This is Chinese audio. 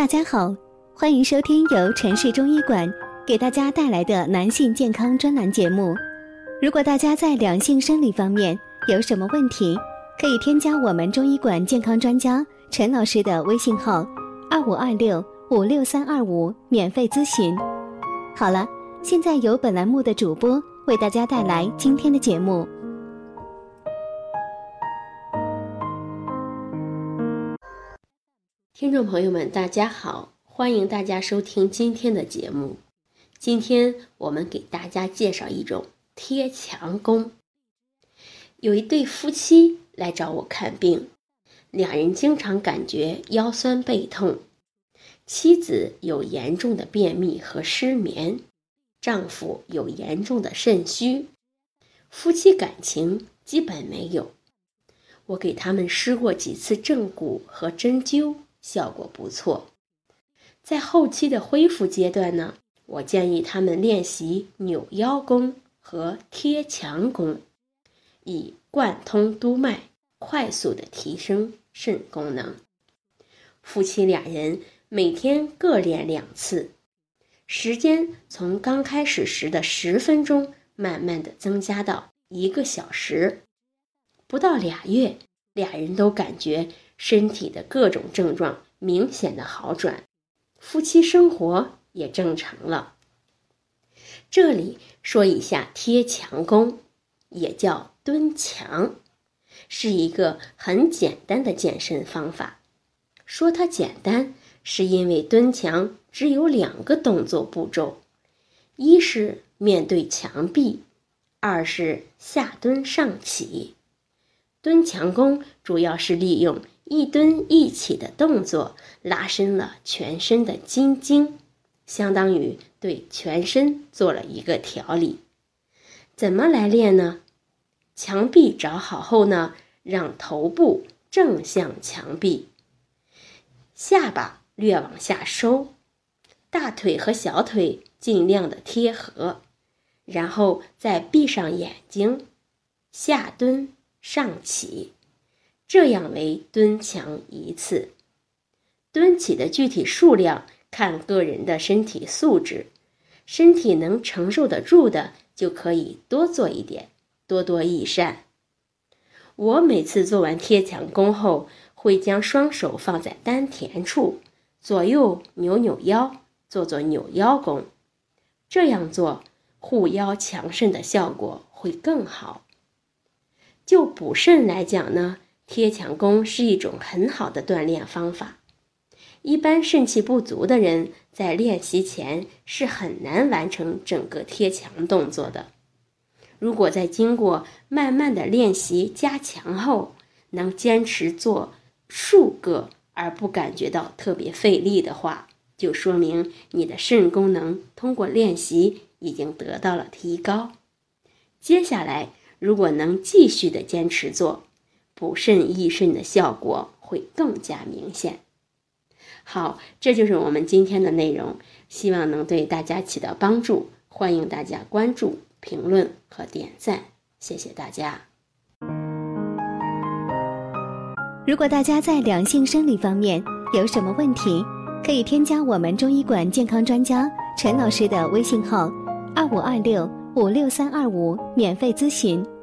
大家好，欢迎收听由城市中医馆给大家带来的男性健康专栏节目。如果大家在两性生理方面有什么问题，可以添加我们中医馆健康专家陈老师的微信号2526-56325免费咨询。好了，现在由本栏目的主播为大家带来今天的节目。 听众朋友们，大家好，欢迎大家收听今天的节目。今天我们给大家介绍一种贴墙功。有一对夫妻来找我看病，两人经常感觉腰酸背痛，妻子有严重的便秘和失眠，丈夫有严重的肾虚，夫妻感情基本没有。我给他们施过几次正骨和针灸，效果不错。在后期的恢复阶段呢，我建议他们练习扭腰功和贴墙功，以贯通督脉，快速的提升肾功能。夫妻俩人每天各练2次，时间从刚开始时的10分钟慢慢的增加到1个小时。不到2月，俩人都感觉身体的各种症状明显的好转，夫妻生活也正常了。这里说一下贴墙功，也叫蹲墙，是一个很简单的健身方法。说它简单，是因为蹲墙只有2个动作步骤，一是面对墙壁，二是下蹲上起。蹲墙功主要是利用一蹲一起的动作，拉伸了全身的筋经，相当于对全身做了一个调理。怎么来练呢？墙壁找好后呢，让头部正向墙壁，下巴略往下收，大腿和小腿尽量的贴合，然后再闭上眼睛，下蹲上起，这样为蹲墙1次。蹲起的具体数量看个人的身体素质，身体能承受得住的就可以多做一点，多多益善。我每次做完贴墙功后，会将双手放在丹田处，左右扭扭腰，做做扭腰功。这样做，护腰强肾的效果会更好。就补肾来讲呢，贴墙功是一种很好的锻炼方法。一般肾气不足的人在练习前是很难完成整个贴墙动作的。如果在经过慢慢的练习加强后，能坚持做数个而不感觉到特别费力的话，就说明你的肾功能通过练习已经得到了提高。接下来如果能继续的坚持做，补肾益肾的效果会更加明显。好，这就是我们今天的内容，希望能对大家起到帮助，欢迎大家关注、评论和点赞，谢谢大家。 如果大家在两性生理方面有什么问题，可以添加我们中医馆健康专家陈老师的微信号2526-56325免费咨询。